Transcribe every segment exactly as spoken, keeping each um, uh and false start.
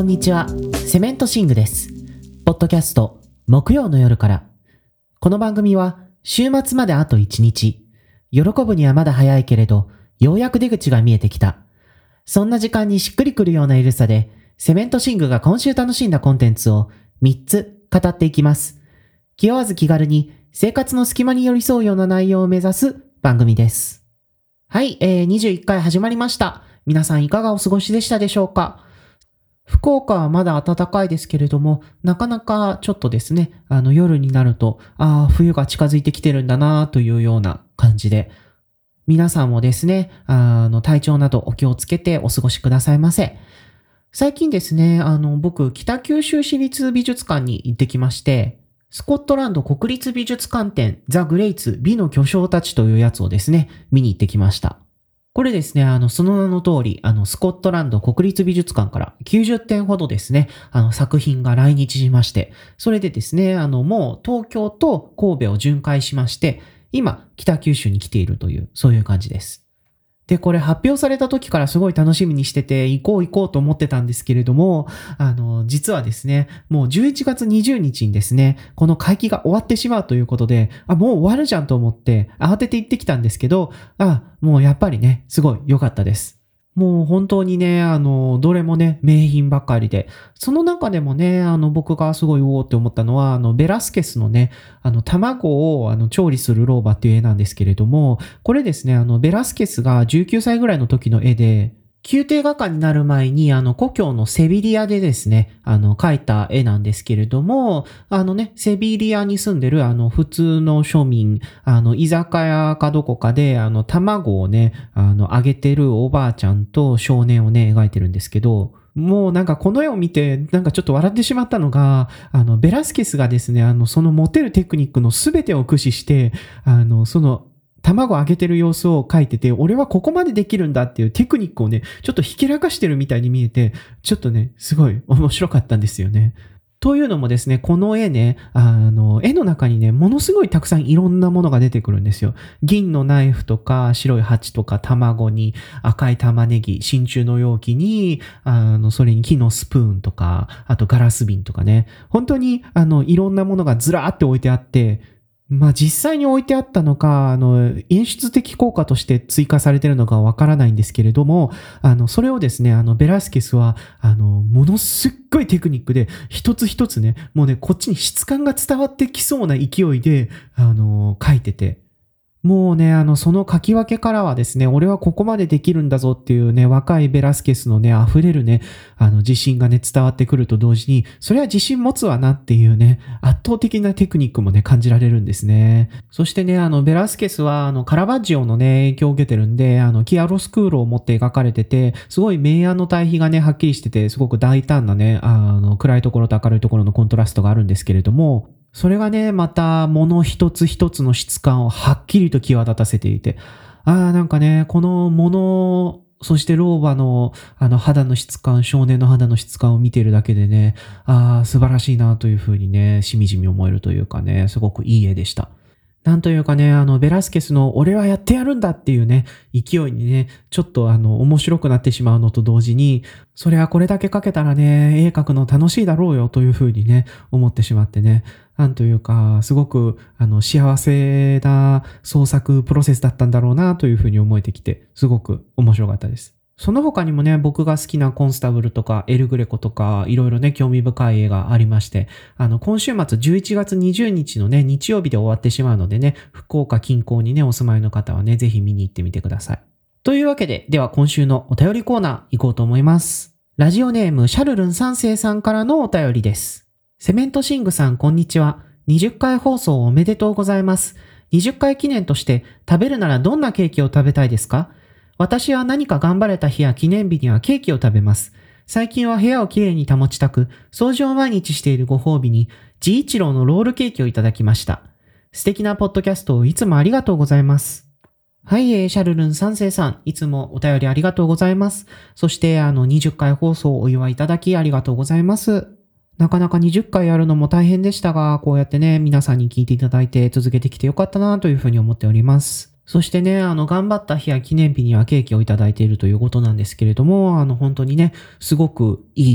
こんにちは、セメントシングです。ポッドキャスト木曜の夜から。この番組は週末まであといちにち、喜ぶにはまだ早いけれどようやく出口が見えてきた、そんな時間にしっくりくるようなゆるさで、セメントシングが今週楽しんだコンテンツをみっつ語っていきます。気負わず気軽に生活の隙間に寄り添うような内容を目指す番組です。はい、えー、にじゅういっかい始まりました。皆さんいかがお過ごしでしたでしょうか。福岡はまだ暖かいですけれども、なかなかちょっとですね、あの夜になると、ああ、冬が近づいてきてるんだなというような感じで、皆さんもですね、あの体調などお気をつけてお過ごしくださいませ。最近ですね、あの僕、北九州市立美術館に行ってきまして、スコットランド国立美術館展ザ・グレイツ美の巨匠たちというやつをですね、見に行ってきました。これですね、あの、その名の通り、あの、スコットランド国立美術館からきゅうじゅってんほどですね、あの、作品が来日しまして、それでですね、あの、もう東京と神戸を巡回しまして、今、北九州に来ているという、そういう感じです。で、これ発表された時からすごい楽しみにしてて、行こう行こうと思ってたんですけれども、あの、実はですね、もうじゅういちがつにじゅうにちにですね、この会期が終わってしまうということで、あ、もう終わるじゃんと思って、慌てて行ってきたんですけど、あ、もうやっぱりね、すごい良かったです。もう本当にね、あの、どれもね、名品ばっかりで、その中でもね、あの、僕がすごいおおって思ったのは、あの、ベラスケスのね、あの、卵をあの調理する老婆っていう絵なんですけれども、これですね、あの、ベラスケスがじゅうきゅうさいぐらいの時の絵で、宮廷画家になる前に、あの、故郷のセビリアでですね、あの、描いた絵なんですけれども、あのね、セビリアに住んでる、あの、普通の庶民、あの、居酒屋かどこかで、あの、卵をね、あの、揚げてるおばあちゃんと少年をね、描いてるんですけど、もうなんかこの絵を見て、なんかちょっと笑ってしまったのが、あの、ベラスケスがですね、あの、そのモテるテクニックのすべてを駆使して、あの、その、卵を揚げてる様子を描いてて、俺はここまでできるんだっていうテクニックをね、ちょっとひけらかしてるみたいに見えて、ちょっとね、すごい面白かったんですよね。というのもですね、この絵ね、あの、絵の中にね、ものすごいたくさんいろんなものが出てくるんですよ。銀のナイフとか、白い鉢とか、卵に、赤い玉ねぎ、真鍮の容器に、あの、それに木のスプーンとか、あとガラス瓶とかね、本当に、あの、いろんなものがずらーって置いてあって、まあ実際に置いてあったのか、あの、演出的効果として追加されているのかわからないんですけれども、あの、それをですね、あの、ベラスケスは、あの、ものすっごいテクニックで、一つ一つね、もうね、こっちに質感が伝わってきそうな勢いで、あの、書いてて、もうね、あの、その書き分けからはですね、俺はここまでできるんだぞっていうね、若いベラスケスのね、溢れるね、あの、自信がね、伝わってくると同時に、それは自信持つわなっていうね、圧倒的なテクニックもね、感じられるんですね。そしてね、あの、ベラスケスは、あの、カラバッジオのね、影響を受けてるんで、あの、キアロスクールを持って描かれてて、すごい明暗の対比がね、はっきりしてて、すごく大胆なね、あの、暗いところと明るいところのコントラストがあるんですけれども、それがね、また物一つ一つの質感をはっきりと際立たせていて、ああ、なんかね、この物、そして老婆のあの肌の質感、少年の肌の質感を見ているだけでね、ああ、素晴らしいなというふうにね、しみじみ思えるというかね、すごくいい絵でした。なんというかね、あの、ベラスケスの俺はやってやるんだっていうね、勢いにね、ちょっとあの、面白くなってしまうのと同時に、それはこれだけ描けたらね、絵描くの楽しいだろうよというふうにね、思ってしまってね、なんというか、すごくあの、幸せな創作プロセスだったんだろうなというふうに思えてきて、すごく面白かったです。その他にもね、僕が好きなコンスタブルとかエルグレコとかいろいろね、興味深い絵がありまして、あの、今週末じゅういちがつにじゅうにちのね、日曜日で終わってしまうのでね、福岡近郊にね、お住まいの方はね、ぜひ見に行ってみてください。というわけで、では今週のお便りコーナー行こうと思います。ラジオネームシャルルン三世さんからのお便りです。セメントシングさん、こんにちは。にじゅっかい放送おめでとうございます。にじゅっかい記念として食べるならどんなケーキを食べたいですか？私は何か頑張れた日や記念日にはケーキを食べます。最近は部屋をきれいに保ちたく、掃除を毎日しているご褒美に、ジイチローのロールケーキをいただきました。素敵なポッドキャストをいつもありがとうございます。はい、えー、シャルルン三世さん、いつもお便りありがとうございます。そして、あの、にじゅっかい放送をお祝いいただきありがとうございます。なかなかにじゅっかいやるのも大変でしたが、こうやってね、皆さんに聞いていただいて続けてきてよかったなというふうに思っております。そしてね、あの、頑張った日や記念日にはケーキをいただいているということなんですけれども、あの、本当にね、すごくいい、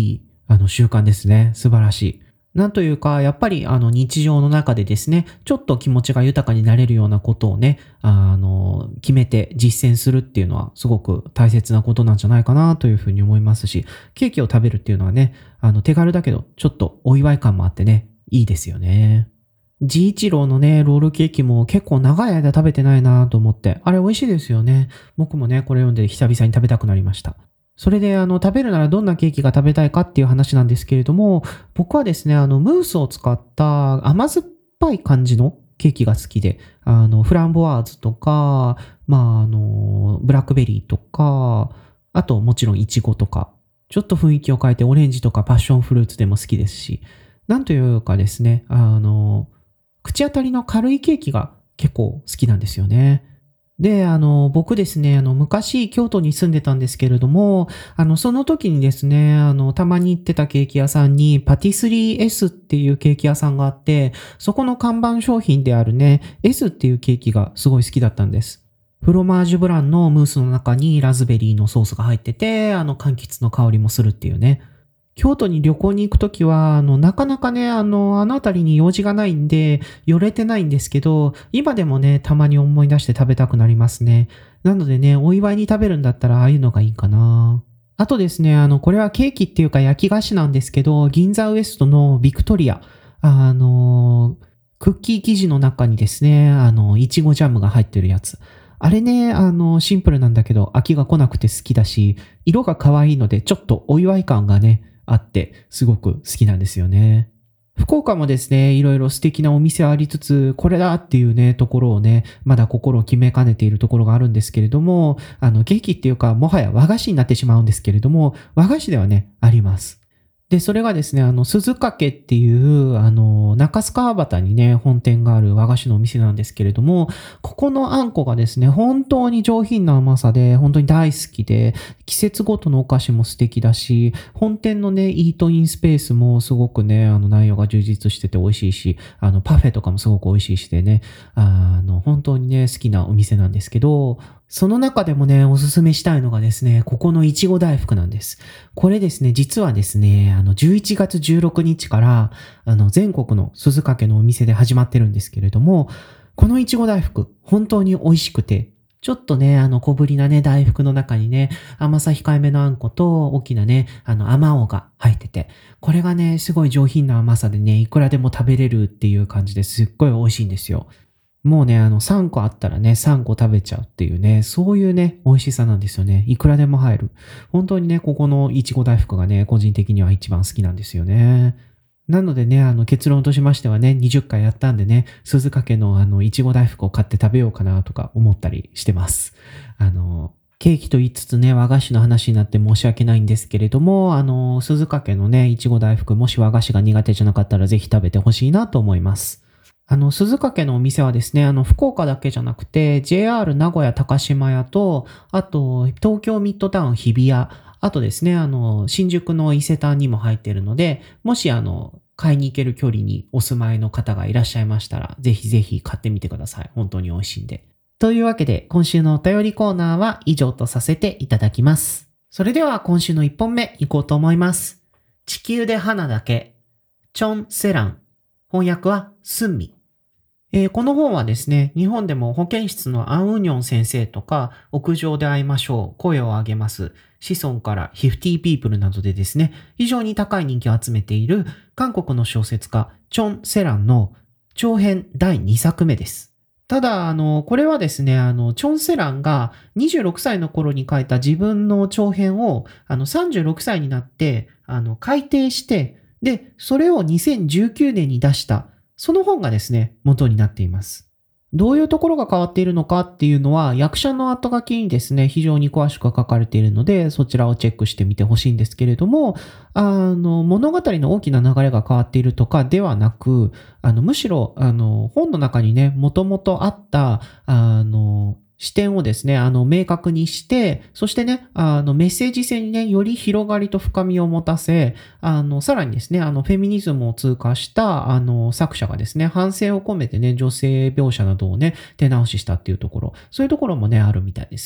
あの習慣ですね。素晴らしい。なんというか、やっぱりあの日常の中でですね、ちょっと気持ちが豊かになれるようなことをね、あの、決めて実践するっていうのはすごく大切なことなんじゃないかなというふうに思いますし、ケーキを食べるっていうのはね、あの手軽だけど、ちょっとお祝い感もあってね、いいですよね。ジ一郎のね、ロールケーキも結構長い間食べてないなと思って、あれ美味しいですよね。僕もね、これ読んで久々に食べたくなりました。それで、あの、食べるならどんなケーキが食べたいかっていう話なんですけれども、僕はですね、あの、ムースを使った甘酸っぱい感じのケーキが好きで、あの、フランボワーズとか、まあ、あの、ブラックベリーとか、あともちろんイチゴとか、ちょっと雰囲気を変えてオレンジとかパッションフルーツでも好きですし、なんというかですね、あの、口当たりの軽いケーキが結構好きなんですよね。で、あの、僕ですね、あの、昔京都に住んでたんですけれども、あの、その時にですね、あの、たまに行ってたケーキ屋さんに、パティスリー S っていうケーキ屋さんがあって、そこの看板商品であるね、S っていうケーキがすごい好きだったんです。フロマージュブランのムースの中にラズベリーのソースが入ってて、あの、柑橘の香りもするっていうね。京都に旅行に行くときは、あの、なかなかね、あの、あの辺りに用事がないんで、寄れてないんですけど、今でもね、たまに思い出して食べたくなりますね。なのでね、お祝いに食べるんだったら、ああいうのがいいかな。あとですね、あの、これはケーキっていうか焼き菓子なんですけど、銀座ウエストのビクトリア。あの、クッキー生地の中にですね、あの、いちごジャムが入ってるやつ。あれね、あの、シンプルなんだけど、飽きが来なくて好きだし、色が可愛いので、ちょっとお祝い感がね、あって、すごく好きなんですよね。福岡もですね、いろいろ素敵なお店ありつつ、これだっていうね、ところをね、まだ心を決めかねているところがあるんですけれども、あの、ケーキっていうか、もはや和菓子になってしまうんですけれども、和菓子ではね、あります。で、それがですね、あの、鈴掛っていう、あの、中須川端にね、本店がある和菓子のお店なんですけれども、ここのあんこがですね、本当に上品な甘さで、本当に大好きで、季節ごとのお菓子も素敵だし、本店のね、イートインスペースもすごくね、あの、内容が充実してて美味しいし、あの、パフェとかもすごく美味しいしでね、あの、本当にね、好きなお店なんですけど、その中でもね、おすすめしたいのがですね、ここのいちご大福なんです。これですね、実はですね、あの、じゅういちがつじゅうろくにちから、あの、全国の鈴掛のお店で始まってるんですけれども、このいちご大福、本当に美味しくて、ちょっとね、あの、小ぶりなね、大福の中にね、甘さ控えめのあんこと大きなね、あの、甘おうが入ってて、これがね、すごい上品な甘さでね、いくらでも食べれるっていう感じですっごい美味しいんですよ。もうね、あの、さんこあったらね、さんこ食べちゃうっていうね、そういうね、美味しさなんですよね。いくらでも入る。本当にね、ここのいちご大福がね、個人的には一番好きなんですよね。なのでね、あの、結論としましてはね、にじゅっかいやったんでね、鈴掛のあの、いちご大福を買って食べようかなとか思ったりしてます。あの、ケーキと言いつつね、和菓子の話になって申し訳ないんですけれども、あの、鈴掛のね、いちご大福、もし和菓子が苦手じゃなかったらぜひ食べてほしいなと思います。あの、鈴掛のお店はですね、あの、福岡だけじゃなくて、ジェイアール 名古屋高島屋と、あと、東京ミッドタウン日比谷、あとですね、あの、新宿の伊勢丹にも入っているので、もしあの、買いに行ける距離にお住まいの方がいらっしゃいましたら、ぜひぜひ買ってみてください。本当に美味しいんで。というわけで、今週のお便りコーナーは以上とさせていただきます。それでは今週のいっぽんめ行こうと思います。地球で花だけ。チョン・セラン。翻訳はスンミ。えーこの本はですね、日本でも保健室のアン・ウニョン先生とか、屋上で会いましょう、声を上げます、子孫からフィフティーピープルなどでですね、非常に高い人気を集めている韓国の小説家、チョン・セランの長編だいにさくめです。ただ、あの、これはですね、あの、チョン・セランがにじゅうろくさいの頃に書いた自分の長編を、あの、さんじゅうろくさいになって、あの、改訂して、で、それをにせんじゅうきゅうねんに出した、その本がですね、元になっています。どういうところが変わっているのかっていうのは、役者の後書きにですね、非常に詳しく書かれているので、そちらをチェックしてみてほしいんですけれども、あの、物語の大きな流れが変わっているとかではなく、あの、むしろ、あの、本の中にね、もともとあった、あの、視点をですね、あの、明確にして、そしてね、あの、メッセージ性にね、より広がりと深みを持たせ、あの、さらにですね、あの、フェミニズムを通過した、あの、作者がですね、反省を込めてね、女性描写などをね、手直ししたっていうところ、そういうところもね、あるみたいです。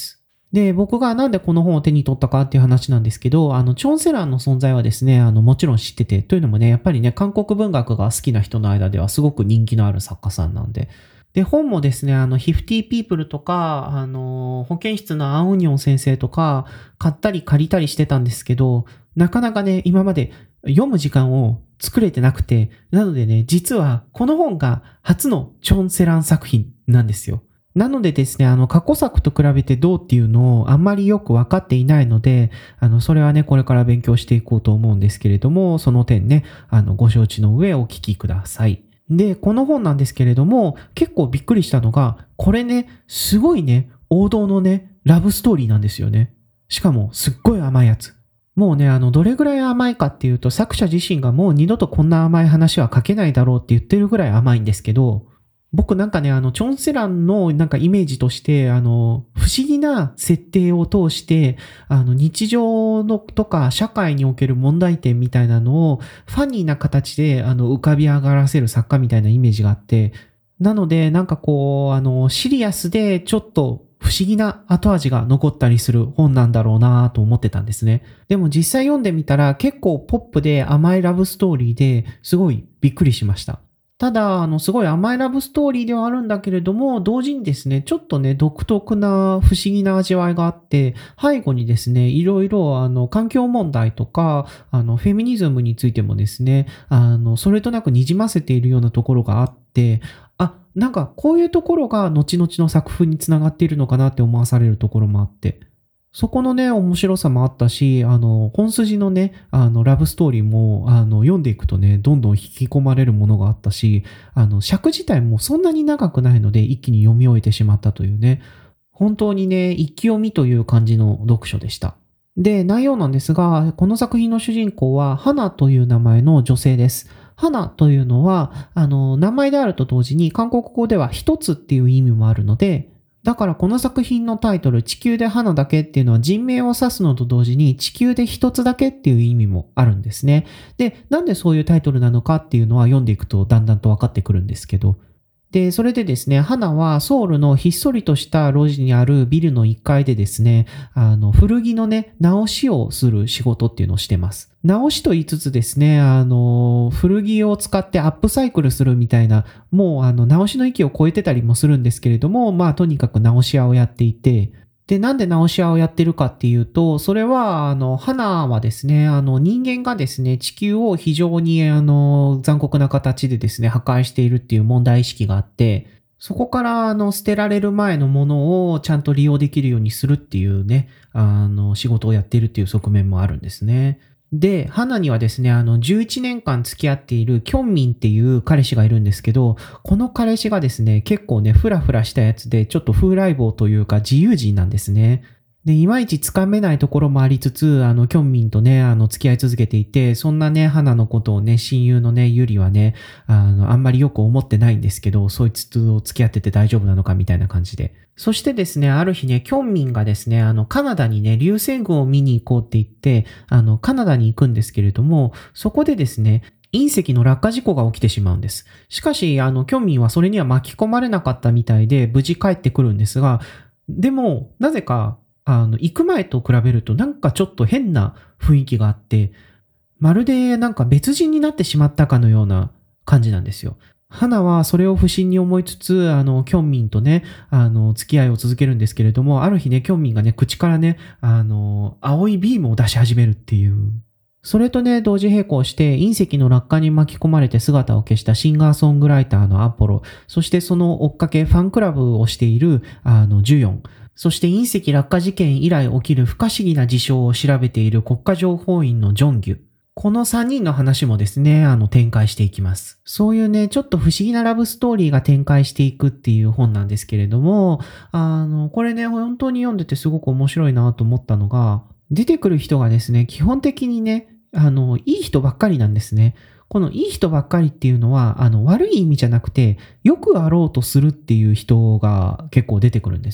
で、僕がなんでこの本を手に取ったかっていう話なんですけど、あの、チョンセランの存在はですね、あの、もちろん知ってて、というのもね、やっぱりね、韓国文学が好きな人の間ではすごく人気のある作家さんなんで。で、本もですね、あの、フィフティーピープルとか、あの、保健室のアンウニョン先生とか、買ったり借りたりしてたんですけど、なかなかね、今まで読む時間を作れてなくて、なのでね、実はこの本が初のチョンセラン作品なんですよ。なのでですね、あの、過去作と比べてどうっていうのをあんまりよくわかっていないので、あの、それはね、これから勉強していこうと思うんですけれども、その点ね、あの、ご承知の上お聞きください。で、この本なんですけれども、結構びっくりしたのが、これね、すごいね、王道のね、ラブストーリーなんですよね。しかも、すっごい甘いやつ。もうね、あの、どれぐらい甘いかっていうと、作者自身がもう二度とこんな甘い話は書けないだろうって言ってるぐらい甘いんですけど、僕なんかね、あの、チョンセランのなんかイメージとして、あの、不思議な設定を通して、あの、日常のとか社会における問題点みたいなのをファニーな形で、あの、浮かび上がらせる作家みたいなイメージがあって、なので、なんかこう、あの、シリアスでちょっと不思議な後味が残ったりする本なんだろうなと思ってたんですね。でも実際読んでみたら結構ポップで甘いラブストーリーですごいびっくりしました。ただ、あの、すごい甘いラブストーリーではあるんだけれども、同時にですね、ちょっとね、独特な不思議な味わいがあって、背後にですね、いろいろ、あの、環境問題とか、あの、フェミニズムについてもですね、あの、それとなく滲ませているようなところがあって、あ、なんか、こういうところが後々の作風につながっているのかなって思わされるところもあって、そこのね、面白さもあったし、あの、本筋のね、あの、ラブストーリーも、あの、読んでいくとね、どんどん引き込まれるものがあったし、あの、尺自体もそんなに長くないので、一気に読み終えてしまったというね、本当にね、一気読みという感じの読書でした。で、内容なんですが、この作品の主人公は、花という名前の女性です。花というのは、あの、名前であると同時に、韓国語では一つっていう意味もあるので、だからこの作品のタイトル、地球で花だけっていうのは人名を指すのと同時に地球で一つだけっていう意味もあるんですね。で、なんでそういうタイトルなのかっていうのは読んでいくとだんだんと分かってくるんですけど、で、それでですね、花はソウルのひっそりとした路地にあるビルのいっかいでですね、あの、古着のね、直しをする仕事っていうのをしてます。直しと言いつつですね、あの、古着を使ってアップサイクルするみたいな、もうあの、直しの域を超えてたりもするんですけれども、まあ、とにかく直し屋をやっていて、で、なんで直し屋をやってるかっていうと、それは、あの、花はですね、あの、人間がですね、地球を非常に、あの、残酷な形でですね、破壊しているっていう問題意識があって、そこから、あの、捨てられる前のものをちゃんと利用できるようにするっていうね、あの、仕事をやっているっていう側面もあるんですね。で、花にはですね、あの、じゅういちねんかん付き合っているキョンミンっていう彼氏がいるんですけど、この彼氏がですね、結構ね、フラフラしたやつで、ちょっと風来坊というか自由人なんですね。で、いまいちつかめないところもありつつ、あの、キョンミンとね、あの、付き合い続けていて、そんなね、花のことをね、親友のね、ユリはね、あの、あんまりよく思ってないんですけど、そいつと付き合ってて大丈夫なのかみたいな感じで。そしてですね、ある日ね、キョンミンがですね、あの、カナダにね、流星群を見に行こうって言って、あの、カナダに行くんですけれども、そこでですね、隕石の落下事故が起きてしまうんです。しかし、あの、キョンミンはそれには巻き込まれなかったみたいで、無事帰ってくるんですが、でも、なぜか、あの、行く前と比べるとなんかちょっと変な雰囲気があって、まるでなんか別人になってしまったかのような感じなんですよ。花はそれを不審に思いつつ、あの、キョンミンとね、あの、付き合いを続けるんですけれども、ある日ね、キョンミンがね、口からね、あの、青いビームを出し始めるっていう。それとね、同時並行して隕石の落下に巻き込まれて姿を消したシンガーソングライターのアポロ、そしてその追っかけファンクラブをしている、あの、ジュヨン、そして隕石落下事件以来起きる不可思議な事象を調べている国家情報院のジョンギュ。このさんにんの話もですね、あの、展開していきます。そういうね、ちょっと不思議なラブストーリーが展開していくっていう本なんですけれども、あの、これね、本当に読んでてすごく面白いなと思ったのが、出てくる人がですね、基本的にね、あの、いい人ばっかりなんですね。このいい人ばっかりっていうのは、あの、悪い意味じゃなくて、よくあろうとするっていう人が結構出てくるんですよ。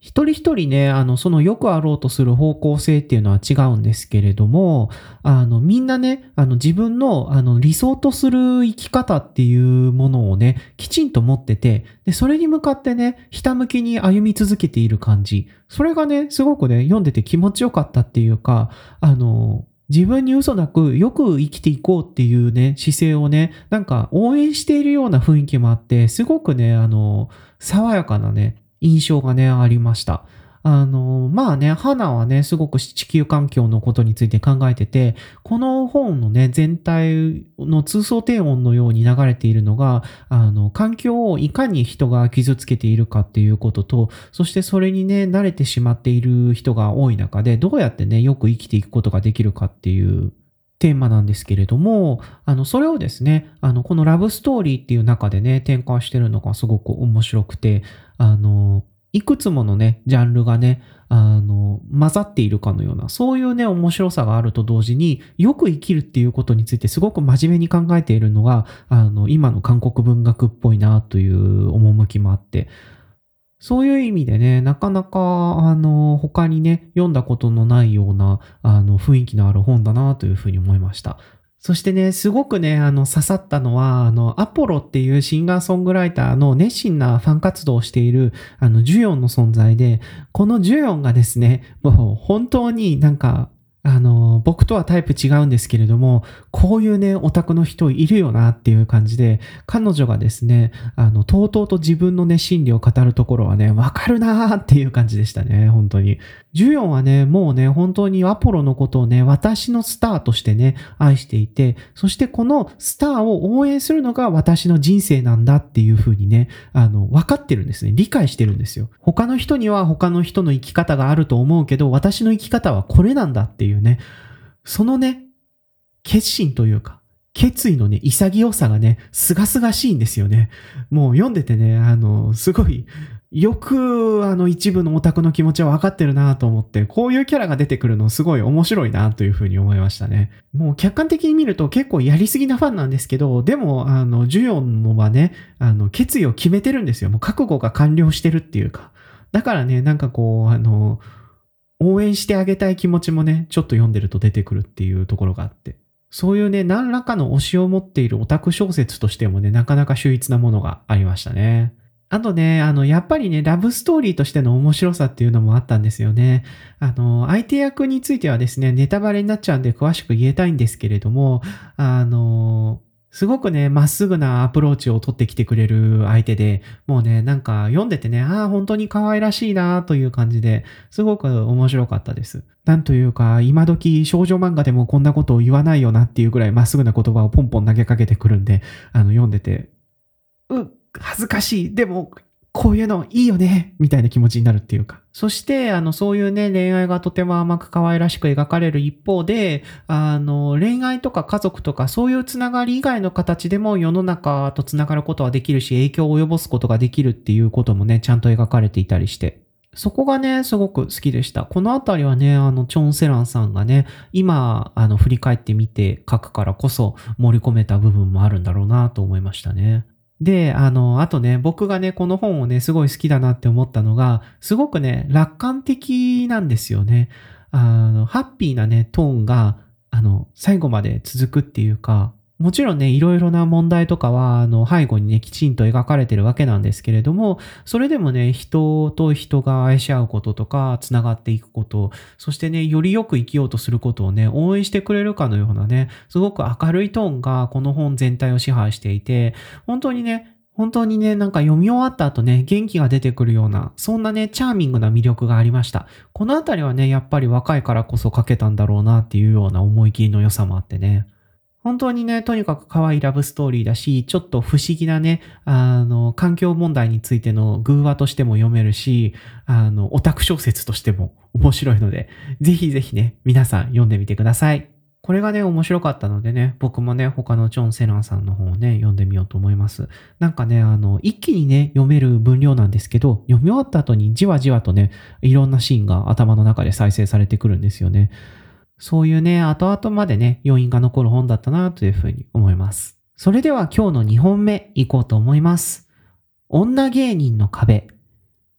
一人一人ね、あの、そのよくあろうとする方向性っていうのは違うんですけれども、あの、みんなね、あの、自分の、あの、理想とする生き方っていうものをね、きちんと持ってて、で、それに向かってね、ひたむきに歩み続けている感じ。それがね、すごくね、読んでて気持ちよかったっていうか、あの、自分に嘘なくよく生きていこうっていうね、姿勢をね、なんか応援しているような雰囲気もあって、すごくね、あの、爽やかなね、印象がね、ありました。あの、まあね、花はね、すごく地球環境のことについて考えてて、この本のね、全体の通奏低音のように流れているのが、あの、環境をいかに人が傷つけているかっていうことと、そしてそれにね、慣れてしまっている人が多い中で、どうやってね、よく生きていくことができるかっていうテーマなんですけれども、あの、それをですね、あの、このラブストーリーっていう中でね、展開してるのがすごく面白くて、あの、いくつものね、ジャンルがね、あの、混ざっているかのような、そういうね、面白さがあると同時に、よく生きるっていうことについてすごく真面目に考えているのが、あの、今の韓国文学っぽいなという趣もあって、そういう意味でね、なかなか、あの、他にね、読んだことのないような、あの、雰囲気のある本だなというふうに思いました。そしてね、すごくね、あの、刺さったのは、あの、アポロっていうシンガーソングライターの熱心なファン活動をしている、あの、ジュヨンの存在で、このジュヨンがですね、もう本当になんか、あの、僕とはタイプ違うんですけれども、こういうね、オタクの人いるよなっていう感じで、彼女がですね、あの、とうとうと自分のね、心理を語るところはね、わかるなーっていう感じでしたね、本当に。ジュヨンはね、もうね、本当にアポロのことをね、私のスターとしてね、愛していて、そしてこのスターを応援するのが私の人生なんだっていう風にね、あの、分かってるんですね。理解してるんですよ。他の人には他の人の生き方があると思うけど、私の生き方はこれなんだっていうね、そのね、決心というか、決意のね、潔さがね、すがすがしいんですよね。もう読んでてね、あの、すごい、よく、あの、一部のオタクの気持ちは分かってるなと思って、こういうキャラが出てくるのすごい面白いなというふうに思いましたね。もう客観的に見ると結構やりすぎなファンなんですけど、でも、あの、ジュヨンはね、あの、決意を決めてるんですよ。もう覚悟が完了してるっていうか。だからね、なんかこう、あの、応援してあげたい気持ちもね、ちょっと読んでると出てくるっていうところがあって。そういうね、何らかの推しを持っているオタク小説としてもね、なかなか秀逸なものがありましたね。あとね、あの、やっぱりね、ラブストーリーとしての面白さっていうのもあったんですよね。あの、相手役についてはですね、ネタバレになっちゃうんで詳しく言えたいんですけれども、あの、すごくね、まっすぐなアプローチを取ってきてくれる相手で、もうね、なんか読んでてね、ああ、本当に可愛らしいなという感じで、すごく面白かったです。なんというか、今時少女漫画でもこんなことを言わないよなっていうぐらいまっすぐな言葉をポンポン投げかけてくるんで、あの、読んでて、う、恥ずかしい。でも、こういうのいいよね、みたいな気持ちになるっていうか。そして、あの、そういうね、恋愛がとても甘く可愛らしく描かれる一方で、あの、恋愛とか家族とかそういうつながり以外の形でも世の中とつながることはできるし、影響を及ぼすことができるっていうこともね、ちゃんと描かれていたりして。そこがね、すごく好きでした。このあたりはね、あの、チョン・セランさんがね、今、あの、振り返ってみて書くからこそ盛り込めた部分もあるんだろうなと思いましたね。で、あの、あとね、僕がね、この本をね、すごい好きだなって思ったのが、すごくね、楽観的なんですよね。あの、ハッピーなね、トーンが、あの、最後まで続くっていうか、もちろんね、いろいろな問題とかは、あの、背後にね、きちんと描かれてるわけなんですけれども、それでもね、人と人が愛し合うこととか、つながっていくこと、そしてね、よりよく生きようとすることをね、応援してくれるかのようなね、すごく明るいトーンがこの本全体を支配していて、本当にね、本当にね、なんか読み終わった後ね、元気が出てくるような、そんなね、チャーミングな魅力がありました。このあたりはね、やっぱり若いからこそ書けたんだろうなっていうような思い切りの良さもあってね。本当にね、とにかく可愛いラブストーリーだし、ちょっと不思議なね、あの、環境問題についての偶話としても読めるし、あの、オタク小説としても面白いので、ぜひぜひね、皆さん読んでみてください。これがね、面白かったのでね、僕もね、他のチョン・セランさんの本をね、読んでみようと思います。なんかね、あの、一気にね、読める分量なんですけど、読み終わった後にじわじわとね、いろんなシーンが頭の中で再生されてくるんですよね。そういうね、後々までね、余韻が残る本だったなというふうに思います。それでは今日のにほんめ行こうと思います。女芸人の壁。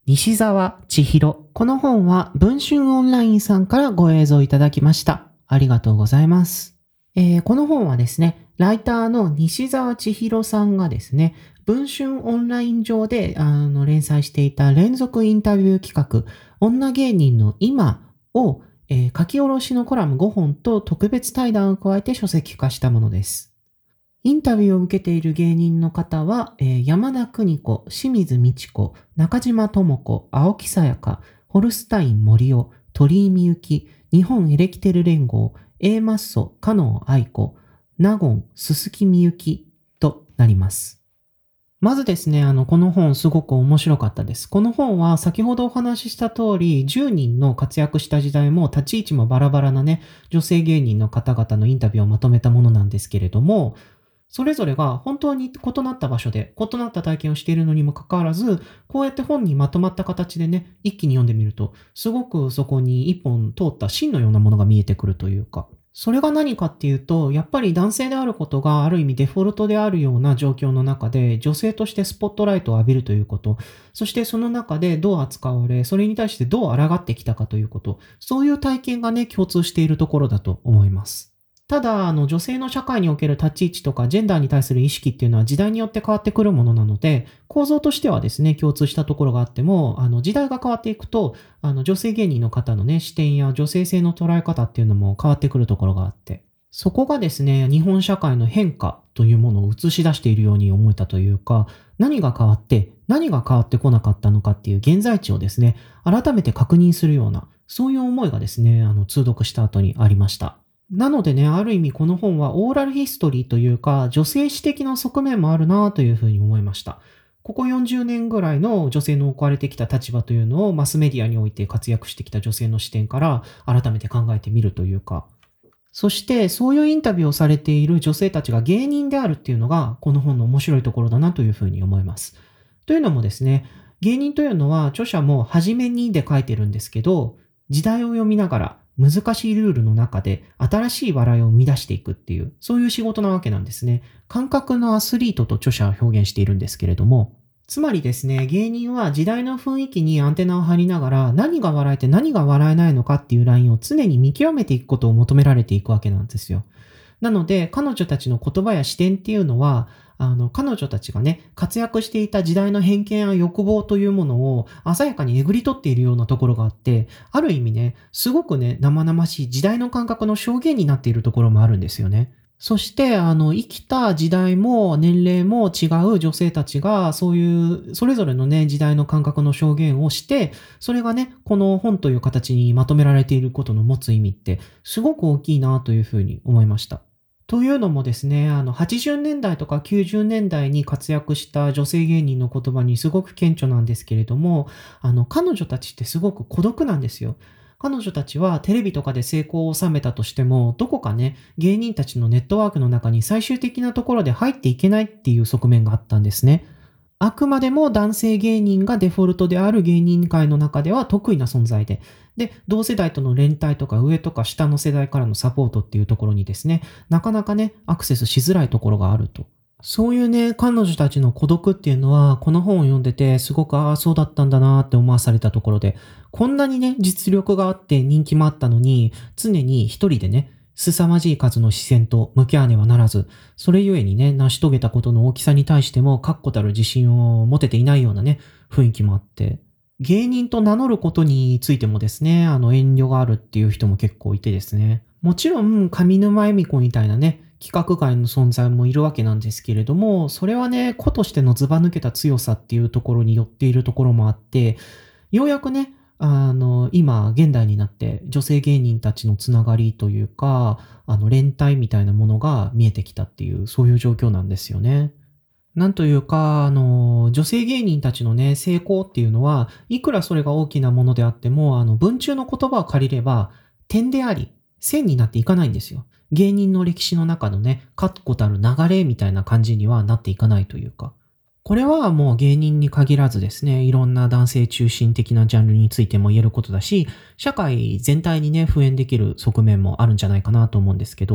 西澤千尋。この本は文春オンラインさんからご映像いただきました。ありがとうございます。えーこの本はですね、ライターの西澤千尋さんがですね、文春オンライン上であの連載していた連続インタビュー企画、女芸人の今を、えー書き下ろしのコラムごほんと特別対談を加えて書籍化したものです。インタビューを受けている芸人の方は、えー山田邦子、清水美智子、中島智子、青木さやか、ホルスタイン森尾、鳥居みゆき、日本エレキテル連合、A マッソ、加納愛子、納言、鈴木みゆきとなります。まずですね、あの、この本すごく面白かったです。この本は先ほどお話しした通り、じゅうにんの活躍した時代も立ち位置もバラバラなね、女性芸人の方々のインタビューをまとめたものなんですけれども、それぞれが本当に異なった場所で異なった体験をしているのにもかかわらず、こうやって本にまとまった形でね、一気に読んでみると、すごくそこに一本通った芯のようなものが見えてくるというか、それが何かっていうと、やっぱり男性であることがある意味デフォルトであるような状況の中で、女性としてスポットライトを浴びるということ、そしてその中でどう扱われ、それに対してどう抗ってきたかということ、そういう体験がね、共通しているところだと思います。ただ、あの、女性の社会における立ち位置とか、ジェンダーに対する意識っていうのは時代によって変わってくるものなので、構造としてはですね、共通したところがあっても、あの、時代が変わっていくと、あの、女性芸人の方のね、視点や女性性の捉え方っていうのも変わってくるところがあって、そこがですね、日本社会の変化というものを映し出しているように思えたというか、何が変わって、何が変わってこなかったのかっていう現在地をですね、改めて確認するような、そういう思いがですね、あの、通読した後にありました。なのでね、ある意味この本はオーラルヒストリーというか、女性史的な側面もあるなというふうに思いました。ここよんじゅうねんぐらいの女性の置かれてきた立場というのをマスメディアにおいて活躍してきた女性の視点から改めて考えてみるというか、そしてそういうインタビューをされている女性たちが芸人であるっていうのがこの本の面白いところだなというふうに思います。というのもですね、芸人というのは著者も初めにで書いてるんですけど、時代を読みながら難しいルールの中で新しい笑いを生み出していくっていう、そういう仕事なわけなんですね。感覚のアスリートと著者は表現しているんですけれども、つまりですね、芸人は時代の雰囲気にアンテナを張りながら何が笑えて何が笑えないのかっていうラインを常に見極めていくことを求められていくわけなんですよ。なので、彼女たちの言葉や視点っていうのは、あの、彼女たちがね、活躍していた時代の偏見や欲望というものを鮮やかにえぐり取っているようなところがあって、ある意味ね、すごくね、生々しい時代の感覚の証言になっているところもあるんですよね。そして、あの、生きた時代も年齢も違う女性たちが、そういう、それぞれのね、時代の感覚の証言をして、それがね、この本という形にまとめられていることの持つ意味って、すごく大きいなというふうに思いました。というのもですね、あの、はちじゅうねんだいとかきゅうじゅうねんだいに活躍した女性芸人の言葉にすごく顕著なんですけれども、あの、彼女たちってすごく孤独なんですよ。彼女たちはテレビとかで成功を収めたとしても、どこかね、芸人たちのネットワークの中に最終的なところで入っていけないっていう側面があったんですね。あくまでも男性芸人がデフォルトである芸人界の中では得意な存在で、で、同世代との連帯とか上とか下の世代からのサポートっていうところにですね、なかなかね、アクセスしづらいところがあると。そういうね、彼女たちの孤独っていうのは、この本を読んでて、すごく、ああ、そうだったんだなーって思わされたところで、こんなにね、実力があって人気もあったのに、常に一人でね、凄まじい数の視線と向き合わねばならず、それゆえにね、成し遂げたことの大きさに対しても確固たる自信を持てていないようなね、雰囲気もあって、芸人と名乗ることについてもですね、あの遠慮があるっていう人も結構いてですね。もちろん、上沼恵美子みたいなね、規格外の存在もいるわけなんですけれども、それはね、子としてのずば抜けた強さっていうところに寄っているところもあって、ようやくね、あの、今、現代になって女性芸人たちのつながりというか、あの、連帯みたいなものが見えてきたっていう、そういう状況なんですよね。なんというか、あの、女性芸人たちのね、成功っていうのは、いくらそれが大きなものであっても、あの、文中の言葉を借りれば、点であり、線になっていかないんですよ。芸人の歴史の中のね、確固たる流れみたいな感じにはなっていかないというか。これはもう芸人に限らずですね、いろんな男性中心的なジャンルについても言えることだし、社会全体にね、普遍できる側面もあるんじゃないかなと思うんですけど、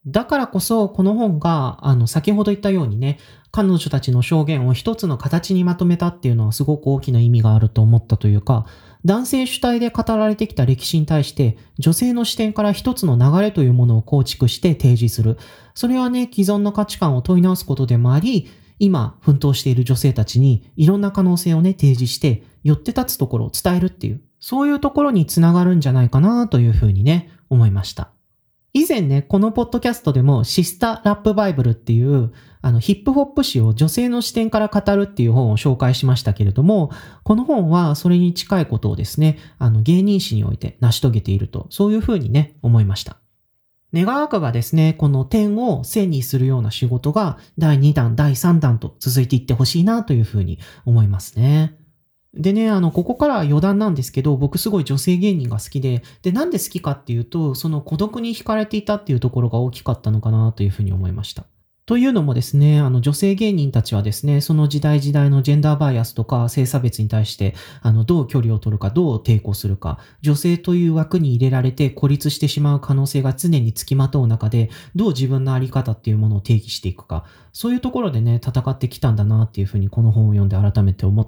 だからこそ、この本が、あの、先ほど言ったようにね、彼女たちの証言を一つの形にまとめたっていうのはすごく大きな意味があると思ったというか、男性主体で語られてきた歴史に対して、女性の視点から一つの流れというものを構築して提示する。それはね、既存の価値観を問い直すことでもあり、今、奮闘している女性たちにいろんな可能性をね、提示して、よって立つところを伝えるっていう、そういうところにつながるんじゃないかなというふうにね、思いました。以前ね、このポッドキャストでもシスタラップバイブルっていう、あの、ヒップホップ史を女性の視点から語るっていう本を紹介しましたけれども、この本はそれに近いことをですね、あの、芸人史において成し遂げていると、そういうふうにね、思いました。願わくばですね、この点を線にするような仕事がだいにだん、だいさんだんと続いていってほしいなというふうに思いますね。でね、あの、ここからは余談なんですけど、僕すごい女性芸人が好きで、で、なんで好きかっていうと、その孤独に惹かれていたっていうところが大きかったのかなというふうに思いました。というのもですね、あの、女性芸人たちはですね、その時代時代のジェンダーバイアスとか性差別に対して、あの、どう距離を取るか、どう抵抗するか、女性という枠に入れられて孤立してしまう可能性が常につきまとう中で、どう自分のあり方っていうものを定義していくか、そういうところでね、戦ってきたんだなっていうふうにこの本を読んで改めて思って、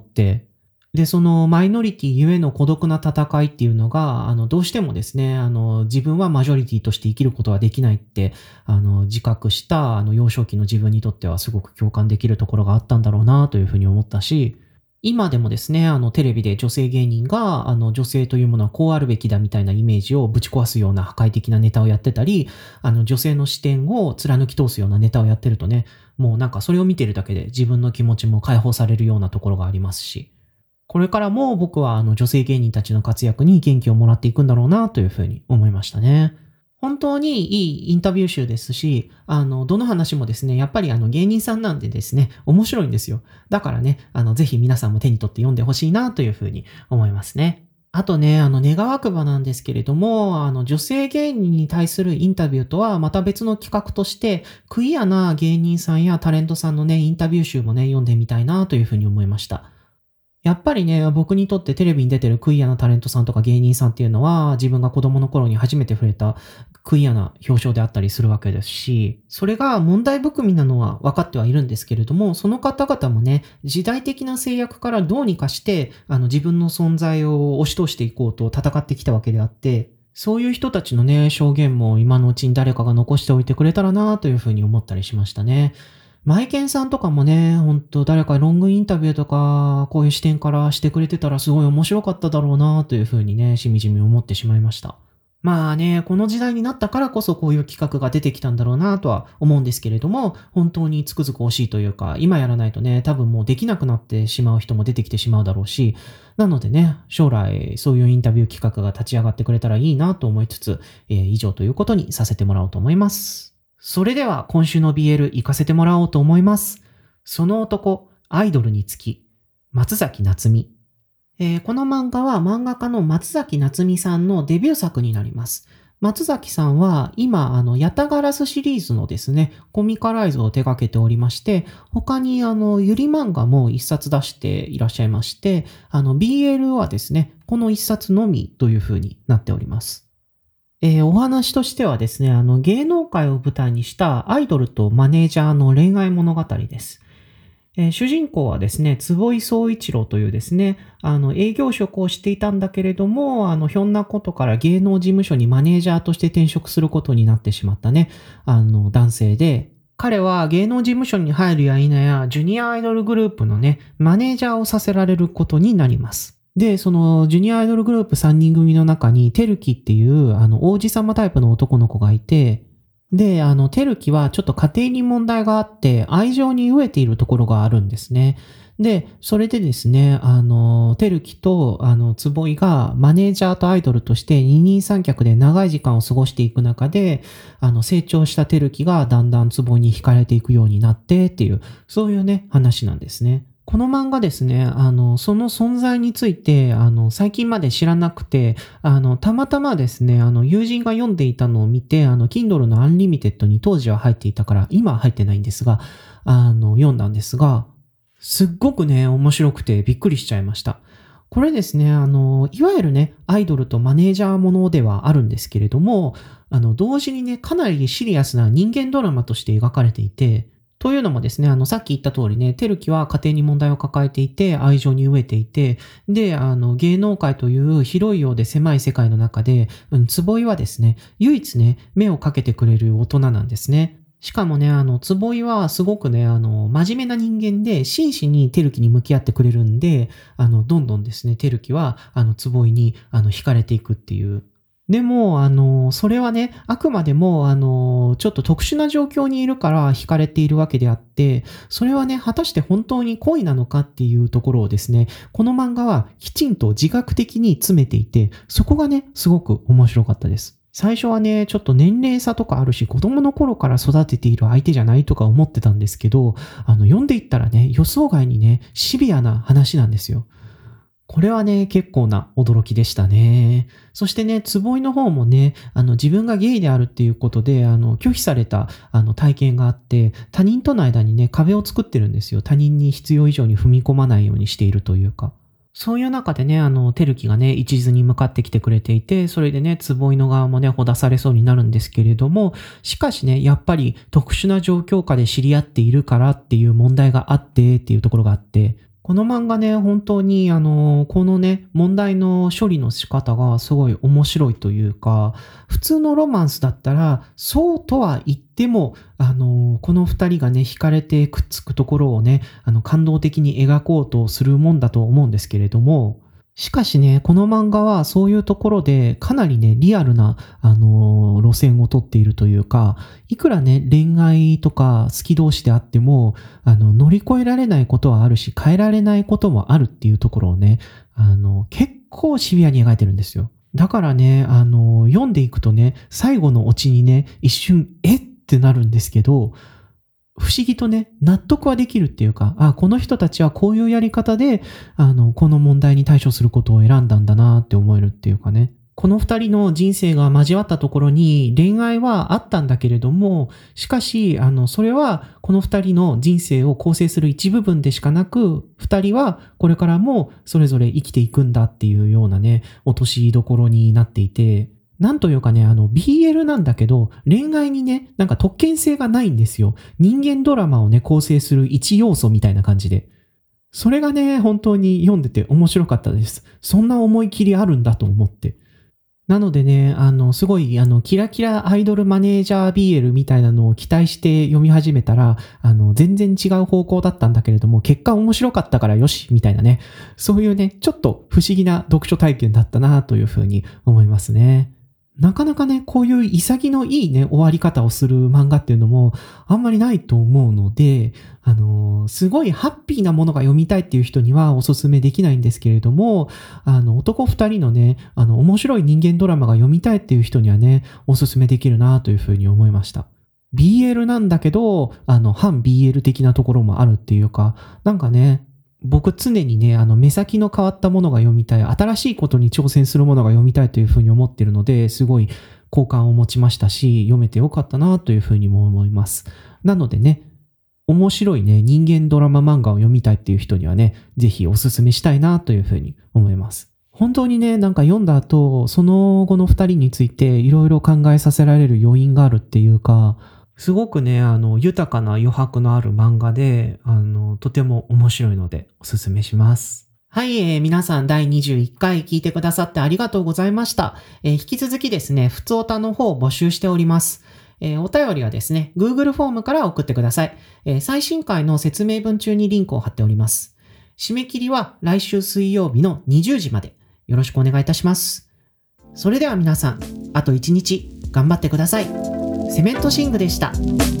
で、そのマイノリティゆえの孤独な戦いっていうのが、あの、どうしてもですね、あの、自分はマジョリティとして生きることはできないって、あの、自覚した、あの、幼少期の自分にとってはすごく共感できるところがあったんだろうなというふうに思ったし、今でもですね、あの、テレビで女性芸人が、あの、女性というものはこうあるべきだみたいなイメージをぶち壊すような破壊的なネタをやってたり、あの、女性の視点を貫き通すようなネタをやってるとね、もうなんかそれを見てるだけで自分の気持ちも解放されるようなところがありますし、これからも僕はあの女性芸人たちの活躍に元気をもらっていくんだろうなというふうに思いましたね。本当にいいインタビュー集ですし、あの、どの話もですね、やっぱりあの芸人さんなんでですね、面白いんですよ。だからね、あの、ぜひ皆さんも手に取って読んでほしいなというふうに思いますね。あとね、あの、願わくばなんですけれども、あの、女性芸人に対するインタビューとはまた別の企画として、クイアな芸人さんやタレントさんのね、インタビュー集もね、読んでみたいなというふうに思いました。やっぱりね、僕にとってテレビに出てるクイアなタレントさんとか芸人さんっていうのは、自分が子供の頃に初めて触れたクイアな表彰であったりするわけですし、それが問題含みなのは分かってはいるんですけれども、その方々もね、時代的な制約からどうにかして、あの自分の存在を押し通していこうと戦ってきたわけであって、そういう人たちのね、証言も今のうちに誰かが残しておいてくれたらなというふうに思ったりしましたね。マイケンさんとかもね、ほんと誰かロングインタビューとか、こういう視点からしてくれてたらすごい面白かっただろうなというふうにね、しみじみ思ってしまいました。まあね、この時代になったからこそこういう企画が出てきたんだろうなとは思うんですけれども、本当につくづく惜しいというか、今やらないとね、多分もうできなくなってしまう人も出てきてしまうだろうし、なのでね、将来そういうインタビュー企画が立ち上がってくれたらいいなと思いつつ、えー以上ということにさせてもらおうと思います。それでは今週の ビーエル 行かせてもらおうと思います。その男、アイドルにつき、松崎夏美。えーこの漫画は漫画家の松崎夏美さんのデビュー作になります。松崎さんは今、あの、ヤタガラスシリーズのですね、コミカライズを手掛けておりまして、他にあの、ゆり漫画も一冊出していらっしゃいまして、あの、ビーエル はですね、この一冊のみという風になっております。えーお話としてはですね、あの、芸能界を舞台にしたアイドルとマネージャーの恋愛物語です。えー主人公はですね、坪井総一郎というですね、あの、営業職をしていたんだけれども、あの、ひょんなことから芸能事務所にマネージャーとして転職することになってしまったね、あの、男性で、彼は芸能事務所に入るや否や、ジュニアアイドルグループのね、マネージャーをさせられることになります。で、その、ジュニアアイドルグループさんにん組の中に、テルキっていう、あの、王子様タイプの男の子がいて、で、あの、テルキはちょっと家庭に問題があって、愛情に飢えているところがあるんですね。で、それでですね、あの、テルキと、あの、坪井がマネージャーとアイドルとして二人三脚で長い時間を過ごしていく中で、あの、成長したテルキがだんだん坪井に惹かれていくようになってっていう、そういうね、話なんですね。この漫画ですね、あの、その存在について、あの、最近まで知らなくて、あの、たまたまですね、あの、友人が読んでいたのを見て、あの、Kindle の Unlimited に当時は入っていたから、今は入ってないんですが、あの、読んだんですが、すっごくね、面白くてびっくりしちゃいました。 これですね、あの、いわゆるね、アイドルとマネージャーものではあるんですけれども、あの、同時にね、かなりシリアスな人間ドラマとして描かれていて、というのもですね、あの、さっき言った通りね、てるきは家庭に問題を抱えていて、愛情に飢えていて、で、あの、芸能界という広いようで狭い世界の中で、うん、坪井はですね、唯一ね、目をかけてくれる大人なんですね。しかもね、あの、坪井はすごくね、あの、真面目な人間で、真摯にてるきに向き合ってくれるんで、あの、どんどんですね、てるきは、あの、坪井に、あの、惹かれていくっていう。でも、あの、それはね、あくまでも、あの、ちょっと特殊な状況にいるから惹かれているわけであって、それはね、果たして本当に恋なのかっていうところをですね、この漫画はきちんと自覚的に詰めていて、そこがね、すごく面白かったです。最初はね、ちょっと年齢差とかあるし、子供の頃から育てている相手じゃないとか思ってたんですけど、あの、読んでいったらね、予想外にね、シビアな話なんですよ。これはね、結構な驚きでしたね。そしてね、坪井の方もね、あの、自分がゲイであるっていうことで、あの、拒否された、あの、体験があって、他人との間にね、壁を作ってるんですよ。他人に必要以上に踏み込まないようにしているというか。そういう中でね、あの、てるきがね、一途に向かってきてくれていて、それでね、坪井の側もね、ほだされそうになるんですけれども、しかしね、やっぱり特殊な状況下で知り合っているからっていう問題があってっていうところがあって、この漫画ね、本当に、あの、このね、問題の処理の仕方がすごい面白いというか、普通のロマンスだったら、そうとは言っても、あの、この二人がね、惹かれてくっつくところをね、あの、感動的に描こうとするもんだと思うんですけれども、しかしね、この漫画はそういうところでかなりね、リアルな、あのー路線をとっているというか、いくらね、恋愛とか好き同士であっても、あの、乗り越えられないことはあるし、変えられないこともあるっていうところをね、あの、結構シビアに描いてるんですよ。だからね、あの、読んでいくとね、最後のオチにね、一瞬、えってなるんですけど、不思議とね、納得はできるっていうか、あ、この人たちはこういうやり方で、あの、この問題に対処することを選んだんだなって思えるっていうかね。この二人の人生が交わったところに恋愛はあったんだけれども、しかし、あの、それはこの二人の人生を構成する一部分でしかなく、二人はこれからもそれぞれ生きていくんだっていうようなね、落としどころになっていて、なんというかね、あの、ビーエル なんだけど、恋愛にね、なんか特権性がないんですよ。人間ドラマをね、構成する一要素みたいな感じで。それがね、本当に読んでて面白かったです。そんな思い切りあるんだと思って。なのでね、あの、すごい、あの、キラキラアイドルマネージャー ビーエル みたいなのを期待して読み始めたら、あの、全然違う方向だったんだけれども、結果面白かったからよし、みたいなね。そういうね、ちょっと不思議な読書体験だったなというふうに思いますね。なかなかね、こういう潔のいいね、終わり方をする漫画っていうのもあんまりないと思うので、あのーすごいハッピーなものが読みたいっていう人にはおすすめできないんですけれども、あの、男二人のね、あの、面白い人間ドラマが読みたいっていう人にはね、おすすめできるなというふうに思いました。ビーエル なんだけど、あの、反 ビーエル 的なところもあるっていうか、なんかね、僕常にね、あの、目先の変わったものが読みたい、新しいことに挑戦するものが読みたいというふうに思っているので、すごい好感を持ちましたし、読めてよかったなというふうにも思います。なのでね、面白いね、人間ドラマ漫画を読みたいっていう人にはね、ぜひおすすめしたいなというふうに思います。本当にね、なんか読んだ後、その後の二人についていろいろ考えさせられる要因があるっていうか、すごくね、あの、豊かな余白のある漫画で、あの、とても面白いのでおすすめします。はい、えー、皆さんだいにじゅういっかい聞いてくださってありがとうございました。えー、引き続きですね、ふつおたの方を募集しております。えー、お便りはですね、Google フォームから送ってください。えー、最新回の説明文中にリンクを貼っております。締め切りは来週水曜日のにじゅうじまで。よろしくお願いいたします。それでは皆さん、あといちにち頑張ってください。セメントシングでした。